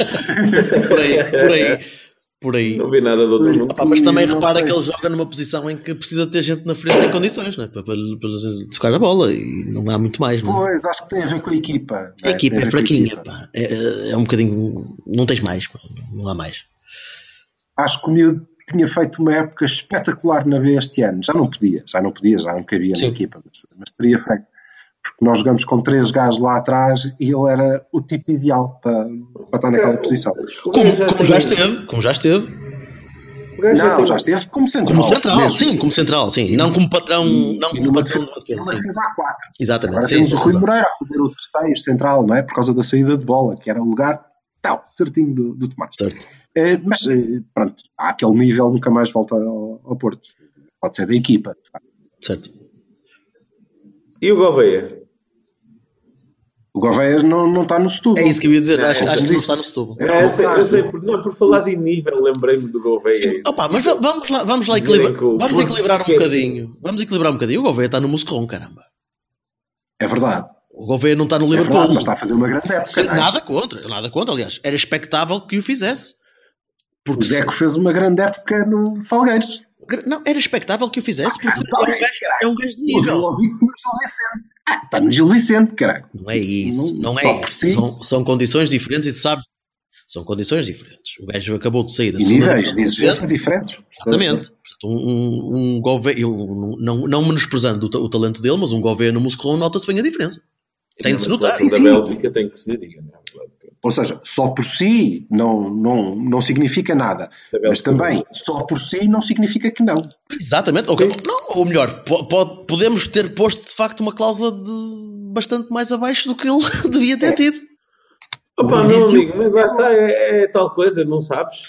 Tomás. Por aí. Não vi nada do outro mundo. Opa, mas também Não repara sei que ele se- joga numa posição em que precisa ter gente na frente em condições, não é? Para tocar a bola e não há muito mais, não é? Pois, acho que tem a ver com a equipa. A equipa Tem a é ver com a fraquinha, equipa. pá. É um bocadinho. Não tens mais, pá. Não há mais. Acho que o miúdo tinha feito uma época espetacular na B este ano. Já não cabia Sim. na equipa, mas teria feito. Porque nós jogamos com 3 gajos lá atrás e ele era o tipo ideal para estar naquela posição. Como já esteve. Não, já esteve como central. Como central, mesmo. sim, como central, sim. Não como patrão. Não E como numa patrão defesa, de defesa, numa sim. defesa A4. Exatamente, Agora sim. temos o Rui exato. Moreira a fazer o terceiro central, não é? Por causa da saída de bola, que era o lugar certinho do Tomás. Certo. Mas pronto, àquele nível nunca mais volta ao Porto. Pode ser da equipa. Certo. E o Gouveia? O Gouveia não está no Setúbal. É isso que eu ia dizer. Não, Acho já que não disse. está no Setúbal. Eu sei, por falar em nível, lembrei-me do Gouveia. Sim. Opa, mas vamos lá Dizerem equilibrar. que o Vamos Porto equilibrar um esquece. bocadinho. Vamos equilibrar um bocadinho. O Gouveia está no Moscon, caramba. É verdade. O Gouveia não está no É Liverpool. verdade, mas está a fazer uma grande época. Sim, não é? nada contra, aliás. Era expectável que o fizesse. O Porque Deco fez uma grande época no Salgueiros. não, era expectável que o fizesse porque Salgueiros, é um gajo de Eu nível. ouvi no Gil Vicente. Está no Gil Vicente, caralho. Não é isso, não é só por isso. si. São condições diferentes e tu sabes, são condições diferentes. O gajo acabou de sair da E segunda níveis divisão de exigência francesa. diferentes. Exatamente. Portanto, um Gouveia, eu não menosprezando o talento dele, mas um Gouveia no Moscou nota-se bem a diferença. Tem de se notar. Da Sim. Bélgica tem que se lhe diga. Não é? Ou seja, só por si não significa nada. Mas também, só por si não significa que não. Exatamente. Ou melhor, podemos ter posto de facto uma cláusula bastante mais abaixo do que ele devia ter tido. Opa, meu amigo, mas lá está, é tal coisa, não sabes?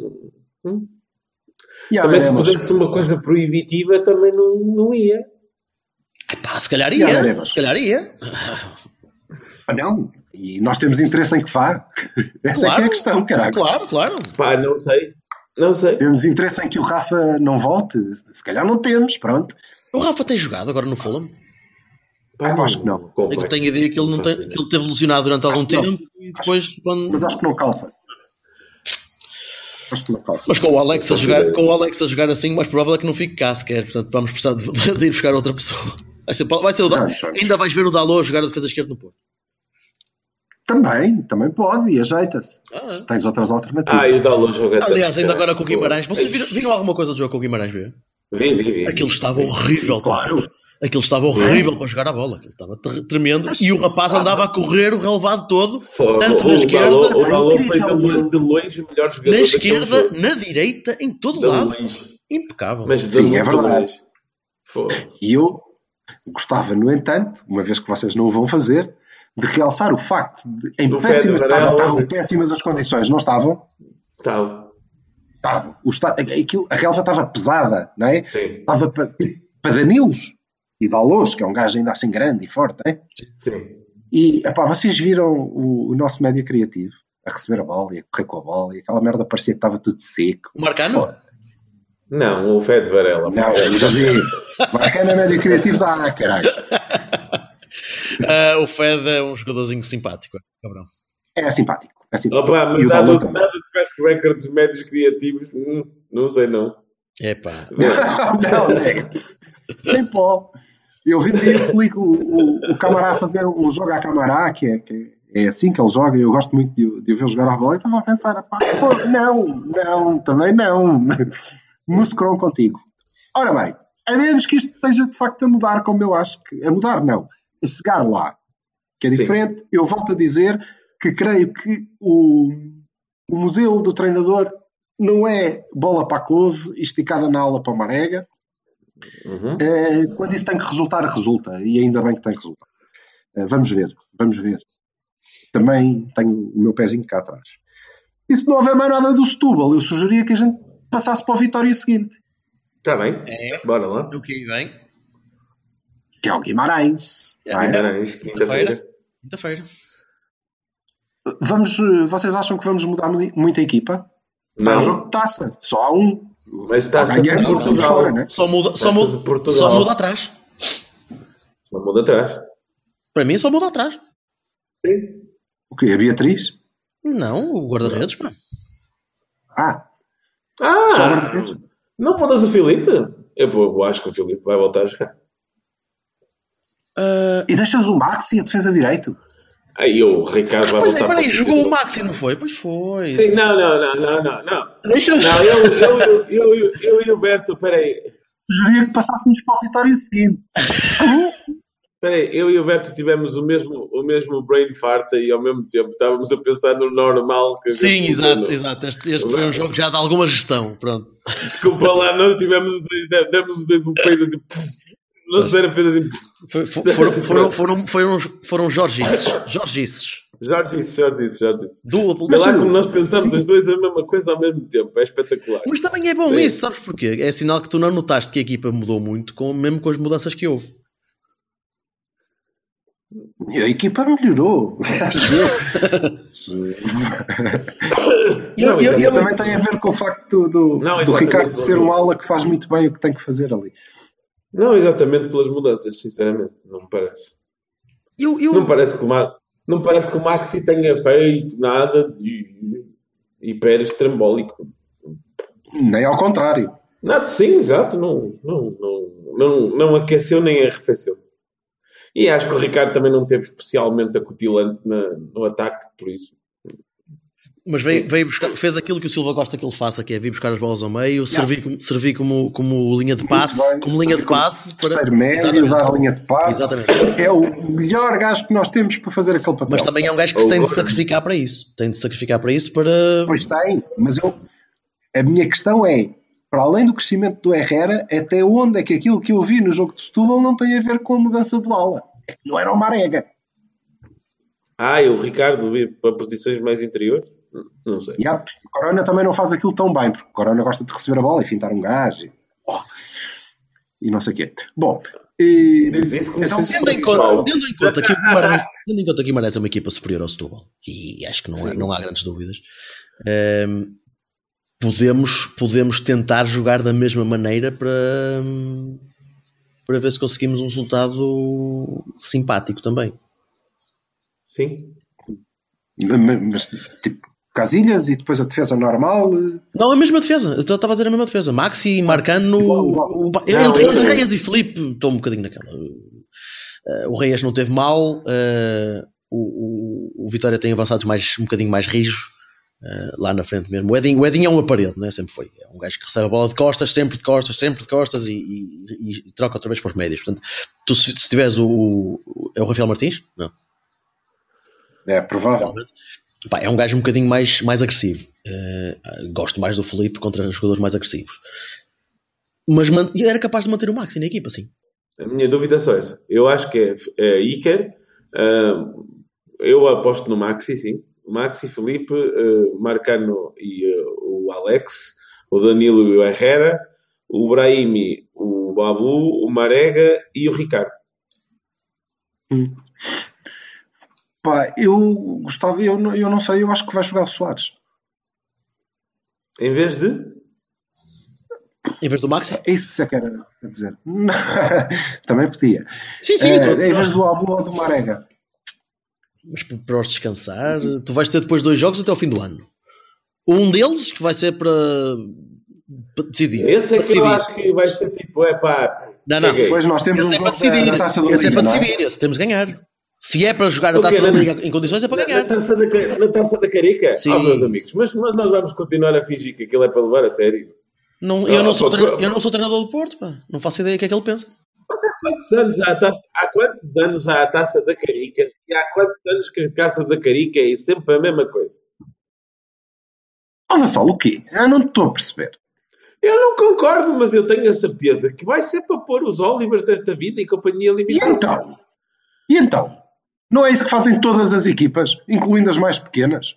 E Também se veremos. pudesse uma coisa proibitiva, também não ia. Epá, se calhar Já ia. veremos. Se calhar ia. Não. E nós temos interesse em que vá. Essa é que é a questão, caralho. Claro. Pá, não sei. Temos interesse em que o Rafa não volte? Se calhar não temos, pronto. O Rafa tem jogado agora no Fulham. Pá, Eu acho que não. É que eu tenho a ideia que ele, que ele teve lesionado durante algum Acho que não. tempo e depois quando... Mas acho que não calça. Acho que não calça. Mas com o Alex a jogar assim, o mais provável é que não fique cá sequer. Portanto, vamos precisar de ir buscar outra pessoa. Vai ser o Vamos. ainda vais ver o Dalot a jogar a defesa esquerda no Porto. Também pode e ajeita-se. Se tens outras alternativas. E o Dalot joga. Aliás, ainda agora com o Guimarães. Vocês viram alguma coisa do jogo com o Guimarães? Vi. Aquilo estava horrível. Claro. Aquilo estava horrível para jogar a bola. Aquilo estava tremendo. E o rapaz andava a correr o relevado todo. Tanto na esquerda, O Dalot foi de longe o melhor jogador. na esquerda, na direita, em todo lado. Impecável. Mas de Sim, é muito verdade. longe. E eu gostava, no entanto, uma vez que vocês não o vão fazer, de realçar o facto de Do Fed Varela, estavam péssimas as condições, não estavam? Tal. Estavam. A relva estava pesada, não é? Sim. Estava para Danilos e Dalot, que é um gajo ainda assim grande e forte, não é? Sim. E vocês viram o nosso média criativo a receber a bola e a correr com a bola e aquela merda parecia que estava tudo seco. O Marcano? Não, o Fed Varela. Não, eu já vi. Marcano média criativo dá, caralho. O Fed é um jogadorzinho simpático, cabrão. É simpático. Opa, mas E o dado Dalot o também. track record dos médios criativos, não sei não. Epá. Não, nega. Nem pó. Eu vi que ligo o Camará a fazer um jogo à Camará, que é assim que ele joga, e eu gosto muito de o ver jogar a bola, e estava a pensar, não, também não. Muscron contigo. Ora bem, a menos que isto esteja de facto a mudar, como eu acho que... A mudar, não. A chegar lá. Que é diferente. Sim. Eu volto a dizer que creio que o modelo do treinador não é bola para a couve, esticada na aula para a marega. Uhum. Quando isso tem que resultar, resulta. E ainda bem que tem que resultar. Vamos ver. Também tenho o meu pezinho cá atrás. E se não houver mais nada do Setúbal, eu sugeria que a gente passasse para o Vitória seguinte. Está bem. Bora lá. O que vem? Que é o Guimarães. Guimarães, quinta-feira. Vocês acham que vamos mudar muito a equipa? Não. Para o jogo de taça. Só há um. Mas taça ganhando de Portugal. fora, né? Só muda atrás. Só muda atrás. Para mim só muda atrás. Sim. O quê? A Beatriz? Não, o guarda-redes, pá. Só o guarda-redes? Não mudas o Filipe? Eu acho que o Filipe vai voltar a jogar. E deixas o Max e a defesa direito? Aí o Ricardo vai voltar. Peraí, jogou o Maxi, não foi? Pois foi. Sim, não. Deixa Não, eu e o Berto, peraí. Sugeria que passássemos para o Vitória seguinte. Peraí, eu e o Berto tivemos o mesmo brain fart e ao mesmo tempo estávamos a pensar no normal. Que sim, exato. Este foi um jogo já de alguma gestão, pronto. Desculpa lá, não tivemos demos os dois um peido de... Não sei, era peido de... Foram Jorgices. Duplo. Vê lá como nós pensamos os dois a mesma coisa ao mesmo tempo. É espetacular. Mas também é bom isso, sabes porquê? É sinal que tu não notaste que a equipa mudou muito, mesmo com as mudanças que houve. E a equipa melhorou, acho eu. Isso também tem a ver com o facto do Ricardo ser um ala que faz muito bem o que tem que fazer ali. Não, exatamente pelas mudanças, sinceramente, não me parece. Não parece que o Maxi tenha feito nada de hiper estrambólico. Nem ao contrário. Nada, sim, exato. Não aqueceu nem arrefeceu. E acho que o Ricardo também não teve especialmente acutilante no ataque, por isso. Mas veio buscar, fez aquilo que o Silva gosta que ele faça, que é vir buscar as bolas ao meio, servir como linha de passe, terceiro médio, dar a linha de passe. Exatamente. É o melhor gajo que nós temos para fazer aquele papel. Mas também é um gajo que se tem de sacrificar para isso. Pois tem, mas a minha questão é, para além do crescimento do Herrera, até onde é que aquilo que eu vi no jogo de Setúbal não tem a ver com a mudança do ala? Não era o Marega. O Ricardo vir para posições mais interiores? Não sei. O Corona também não faz aquilo tão bem, porque o Corona gosta de receber a bola e fintar um gajo e não sei o quê. Bom, então, tendo em conta que o Guimarães é uma equipa superior ao Setúbal, e acho que não há grandes dúvidas, podemos tentar jogar da mesma maneira para ver se conseguimos um resultado simpático também. Sim. Mas tipo Casilhas e depois a defesa normal? Não, a mesma defesa. Eu estava a dizer a mesma defesa. Maxi, Marcano, entre Reias e Filipe, estou um bocadinho naquela. O Reias não teve mal. O Vitória tem avançados um bocadinho mais rijos lá na frente mesmo. O Edinho é uma parede, né? Sempre foi. É um gajo que recebe a bola de costas, sempre de costas e troca outra vez para os médios. Portanto, tu se tiveres é o Rafael Martins? Não. É provável. É um gajo um bocadinho mais agressivo. Gosto mais do Filipe contra os jogadores mais agressivos. Mas era capaz de manter o Maxi na equipa, sim. A minha dúvida é só essa. Eu acho que é Iker. Eu aposto no Maxi, sim. Maxi, Filipe, Marcano e o Alex, o Danilo e o Herrera, o Brahimi, o Babu, o Marega e o Ricardo. Eu gostava, eu não sei, eu acho que vai jogar o Soares. Em vez de? Em vez do Maxi? Isso é que era a dizer. Não, também podia. Sim, em vez do Abu ou do Marega. Mas para os descansar, tu vais ter depois 2 jogos até ao fim do ano. Um deles que vai ser para decidir. Esse é que eu acho que vai ser tipo, Não. Depois nós temos esse jogo da Taça da Liga. Esse é para decidir, esse temos de ganhar. Se é para jogar a Taça da Liga em condições, é para ganhar. Na Taça da Carica? Sim. Meus amigos, mas nós vamos continuar a fingir que aquilo é para levar a sério. Eu não sou treinador do Porto, pá. Não faço ideia do que é que ele pensa. Mas há quantos anos há a Taça da Carica? E há quantos anos que a Taça da Carica é sempre a mesma coisa? Olha só, o quê? Eu não estou a perceber. Eu não concordo, mas eu tenho a certeza que vai ser para pôr os Olivers desta vida e companhia limitada. E então? Não é isso que fazem todas as equipas, incluindo as mais pequenas?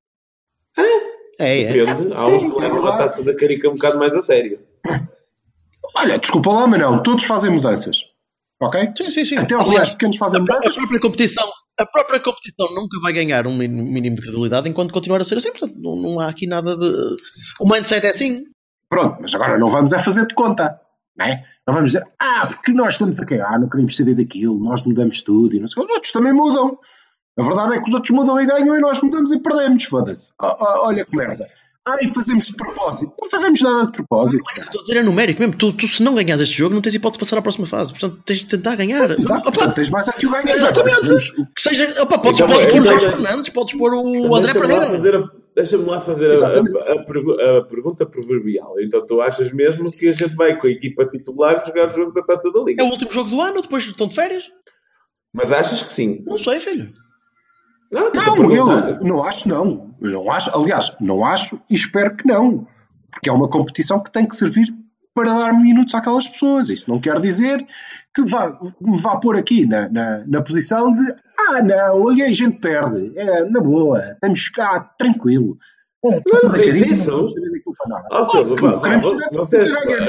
Depende. Há uns que levam a Taça da Carica um bocado mais a sério. Olha, desculpa lá, mas não. Todos fazem mudanças. Ok? Sim. Até os mais pequenos fazem mudanças. A própria competição nunca vai ganhar um mínimo de credibilidade enquanto continuar a ser assim. Portanto, não há aqui nada de... O mindset é assim. Pronto, mas agora não vamos fazer de conta. Não é? Não vamos dizer, porque nós estamos a cagar, não queremos saber daquilo, nós mudamos tudo. E não sei. Os outros também mudam. A verdade é que os outros mudam e ganham e nós mudamos e perdemos. Foda-se. Olha que merda. E fazemos de propósito. Não fazemos nada de propósito. Não é isso que estou a dizer, é numérico mesmo. Tu se não ganhas este jogo, não tens hipótese de passar à próxima fase. Portanto, tens de tentar ganhar. Exato, tens mais aqui o ganhar. Exatamente. Que seja... podes pôr o Jorge Fernandes, podes pôr o André Pereira. Deixa-me lá fazer a pergunta proverbial. Então tu achas mesmo que a gente vai com a equipa titular jogar o jogo da Taça da Liga? É o último jogo do ano, depois estão de férias? Mas achas que sim? Não sei, filho. Não, eu não acho, não. Não acho, aliás, não acho e espero que não. Porque é uma competição que tem que servir para dar minutos àquelas pessoas. Isso não quer dizer que me vá pôr aqui na posição de não, aí a gente perde. Na boa, estamos cá, tranquilo. Não diz isso.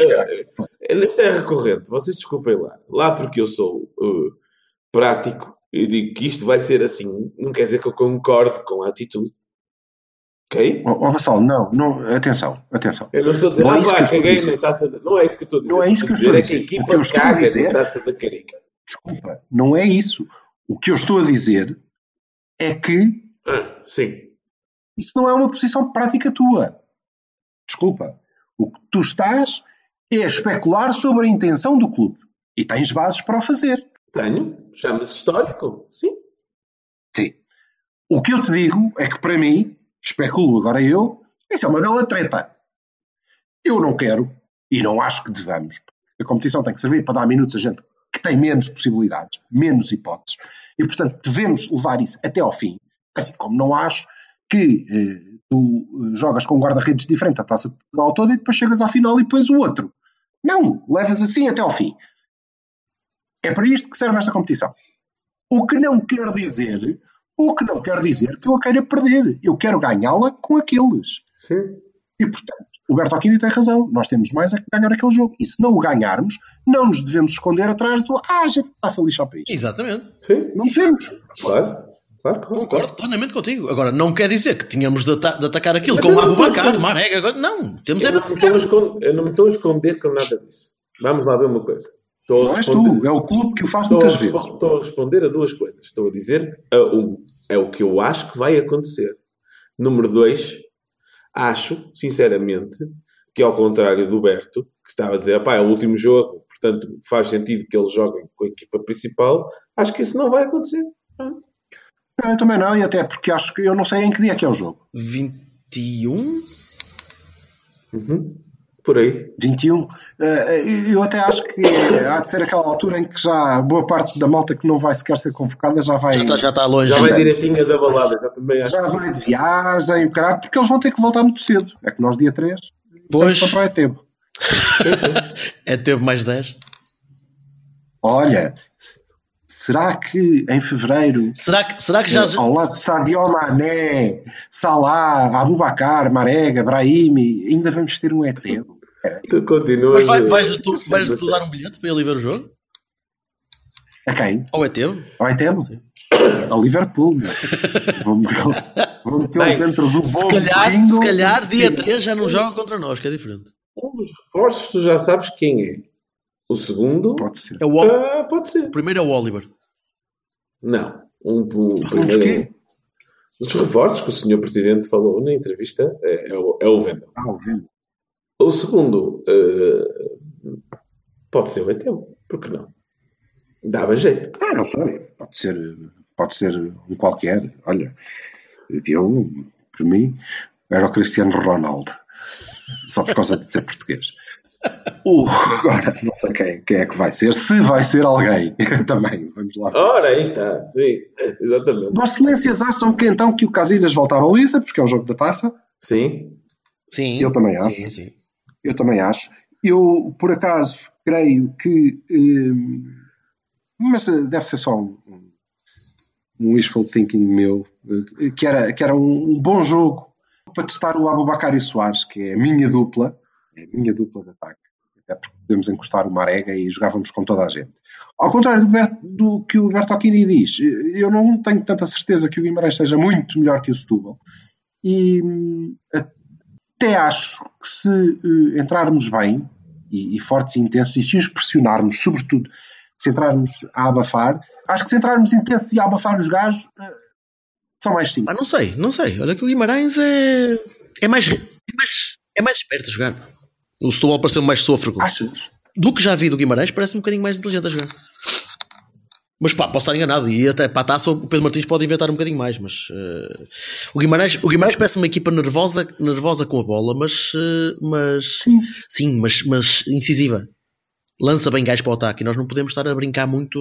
Isto é recorrente. Vocês desculpem lá. Lá porque eu sou prático Eu digo que isto vai ser assim, não quer dizer que eu concorde com a atitude. Ok? Vassal, não, atenção. Eu não estou a dizer, Não é isso que eu estou a caguei dizer. na taça da... Não é isso que eu estou a dizer. Não é isso que eu estou a dizer. É que a O que eu equipa estou a caga dizer- na taça da Carica. Desculpa, não é isso. O que eu estou a dizer é que Sim. isso não é uma posição prática tua. Desculpa. O que tu estás é a especular sobre a intenção do clube. E tens bases para o fazer. Tenho. Chama-se histórico. Sim. Sim. O que eu te digo é que, para mim, especulo agora eu, isso é uma bela treta. Eu não quero, e não acho que devamos, porque a competição tem que servir para dar minutos a gente que tem menos possibilidades, menos hipóteses, e, portanto, devemos levar isso até ao fim, assim como não acho que tu jogas com um guarda-redes diferente a taça de Portugal toda e depois chegas à final e depois o outro. Não, levas assim até ao fim. É para isto que serve esta competição. O que não quer dizer que eu a queira perder. Eu quero ganhá-la com aqueles. Sim. E, portanto, o Bertocchini tem razão. Nós temos mais a que ganhar aquele jogo. E se não o ganharmos, não nos devemos esconder atrás do a gente passa a lixar para isto. Exatamente. Sim. Não devemos. Claro. Concordo plenamente contigo. Agora, não quer dizer que tínhamos de atacar aquilo Mas com eu o não estou a Abubacar, esconder. Marega. Agora, não, temos Eu é de não me atacar. estou a esconder com nada disso. Vamos lá ver uma coisa. Estou a Não és responder- tu. É o clube que o faz Estou muitas a, vezes. estou a responder a duas coisas. Estou a dizer é o que eu acho que vai acontecer. Número 2, acho, sinceramente, que ao contrário do Berto, que estava a dizer, é o último jogo, portanto faz sentido que eles joguem com a equipa principal, acho que isso não vai acontecer. Não, eu também não. E até porque acho que eu não sei em que dia é que é o jogo. 21? Por aí. 21. Eu até acho que há de ser aquela altura em que já boa parte da malta que não vai sequer ser convocada já vai... Já está longe. Já vai direitinho da balada, já também acho. Já vai de viagem, o caralho, porque eles vão ter que voltar muito cedo. É que nós, dia 3, Pois. vamos para o tempo. É tempo mais 10. Olha, será que em fevereiro, Será que já... ao lado de Sadio Mané, Salah, Abubacar, Marega, Brahimi, ainda vamos ter um ET? Tu continuas. Mas vais tu dar um bilhete para ele ir ver o jogo? A quem? Ou é teu? Ao ET? Ao Liverpool, meu. Vou metê-lo Bem, dentro do voo Se calhar dia 3 já não joga contra nós, que é diferente. Um dos reforços, tu já sabes quem é. O segundo. Pode ser. É o Pode ser. primeiro é o Oliver. Não. Um dos primeiro. quê? Os reforços que o Sr. Presidente falou na entrevista é o Vendel. O Vendo. O segundo pode ser o Eteu. Por que não? Dava jeito. Não sei. Pode ser um qualquer. Olha, eu, para mim, era o Cristiano Ronaldo. Só por causa de ser português. Agora, não sei quem é que vai ser. Se vai ser alguém. Também, vamos lá ver. Ora, aí está. Sim, exatamente. Vossas Excelências acham que então que o Casillas volta à baliza, porque é um jogo da taça? Sim. Sim. Eu também acho. Sim. Eu também acho. Eu, por acaso, creio que... mas deve ser só um wishful thinking meu, que era um bom jogo para testar o Abubacar e o Soares, que é a minha dupla de ataque. Até porque podemos encostar o Marega e jogávamos com toda a gente. Ao contrário do que o Bertocchini diz, eu não tenho tanta certeza que o Guimarães seja muito melhor que o Setúbal. E até acho que se entrarmos bem e fortes e intensos, e se os pressionarmos, sobretudo se entrarmos a abafar, acho que se entrarmos intensos e a abafar os gajos, são mais simples. Não sei. Olha que o Guimarães é mais esperto a jogar. O Setúbal pareceu mais sôfrego. Achas? Do que já vi do Guimarães, parece um bocadinho mais inteligente a jogar. Mas posso estar enganado. E até para a taça o Pedro Martins pode inventar um bocadinho mais. Mas o Guimarães parece uma equipa nervosa com a bola, mas incisiva. Lança bem gajos para o ataque. E nós não podemos estar a brincar muito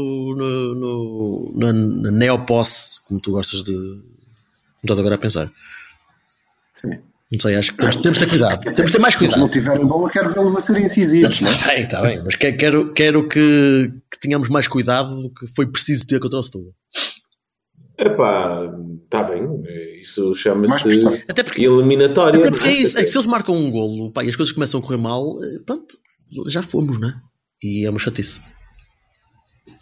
na neoposse, como tu gostas de... Como estás agora a pensar. Sim. Não sei, acho que temos de ter cuidado. Temos de ter mais Se eles cuidado. não tiverem bola, quero vê-los a serem incisivos. Não é? Está bem. Mas quero que tenhamos mais cuidado do que foi preciso ter contra o Setúbal. Epá, está bem. Isso Mais chama-se pressão. Até porque eliminatória. é isso. É que se eles marcam um golo, pá, e as coisas começam a correr mal, pronto, já fomos, não é? E é uma chatice.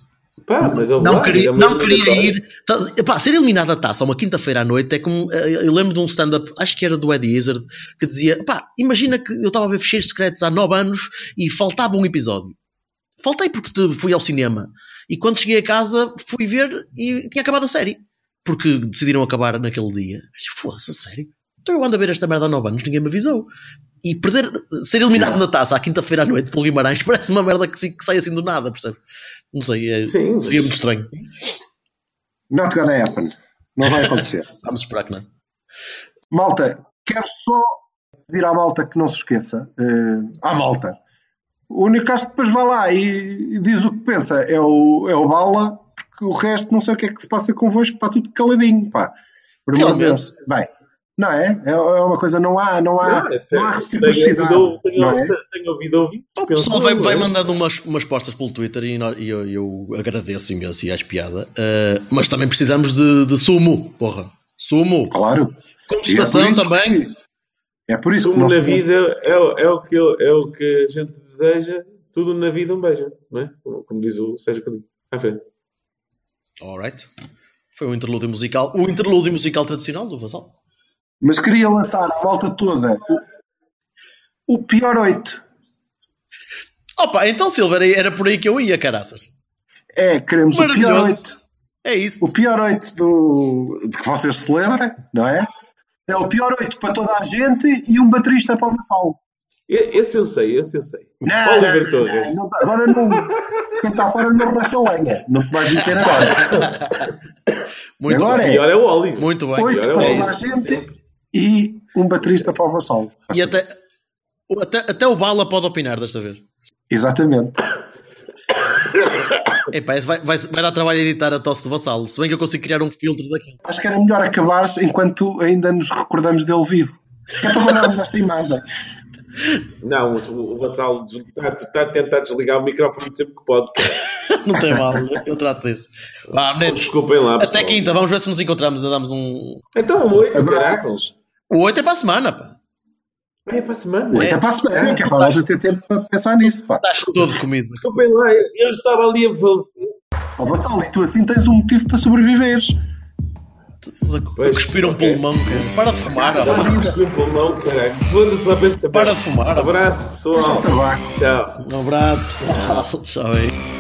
Pá, mas eu Não queria ir. Pá, ser eliminado da taça uma quinta-feira à noite é como. Eu lembro de um stand-up, acho que era do Eddie Izzard, que dizia: pá, imagina que eu estava a ver Fecheiros Secretos há 9 anos e faltava um episódio. Faltei porque fui ao cinema. E quando cheguei a casa, fui ver e tinha acabado a série. Porque decidiram acabar naquele dia. Foda-se, a sério? Então eu ando a ver esta merda há 9 anos, ninguém me avisou. E ser eliminado na taça à quinta-feira à noite pelo Guimarães parece uma merda que sai assim do nada, percebe? Não sei, seria muito estranho. Not gonna happen. Não vai acontecer. Vamos esperar que não. Malta, quero só pedir à malta que não se esqueça. À malta. O único caso que depois vai lá e diz o que pensa é o Bala, porque o resto não sei o que é que se passa convosco, está tudo caladinho, pá. Por amor de Deus. Bem, não é? É uma coisa, não há reciprocidade. Tenho ouvido ouvir. O pessoal vai mandando umas postas pelo Twitter e eu agradeço imenso e acho piada. Mas também precisamos de sumo, porra. Sumo. Claro. Contestação também. É por isso Sumo que na vida é o que a gente deseja. Tudo na vida um beijo, não é? Como diz o Sérgio Cadinho. À frente. Alright. Foi um interlúdio musical. O interlúdio musical tradicional do Vassal. Mas queria lançar a volta toda o pior 8. Opa, então Silver, era por aí que eu ia, caraças. Queremos o pior 8. É isso. O pior 8 de que vocês se lembrem, não é? É o pior 8 para toda a gente e um baterista para o Vassal. Esse eu sei. Não, Oliver Torres. Não, agora não. Quem está fora não racha lenha. Não te vais meter agora. Muito agora bem. Pior é o Oliver. Muito bem. 8 para toda a gente e um baterista para o Vassal. E até o Bala pode opinar desta vez. Exatamente. Epá, vai dar trabalho a editar a tosse do Vassalo. Se bem que eu consigo criar um filtro daquilo. Acho que era melhor acabares enquanto ainda nos recordamos dele vivo. É para mandarmos esta imagem. Não, o Vassalo está a tentar desligar o microfone sempre que pode. Não tem mal, eu trato disso. Desculpem lá, pessoal. Até quinta, vamos ver se nos encontramos. Ainda damos um. Então, o 8, caracos. O 8 é para a semana, pá. É para a semana. É para a semana, que é para a gente ter tempo para pensar nisso, pá. Estás todo comido. Desculpem lá, eu estava ali a falecer. Ó Vassal, e tu assim tens um motivo para sobreviveres. Cuspir um pulmão, cara. Para de fumar, Cuspir um pulmão, caralho. Foda-se lá para esta. Para de fumar. Abraço, pessoal. Tabaco. Tchau. Um abraço, pessoal. Tchau aí.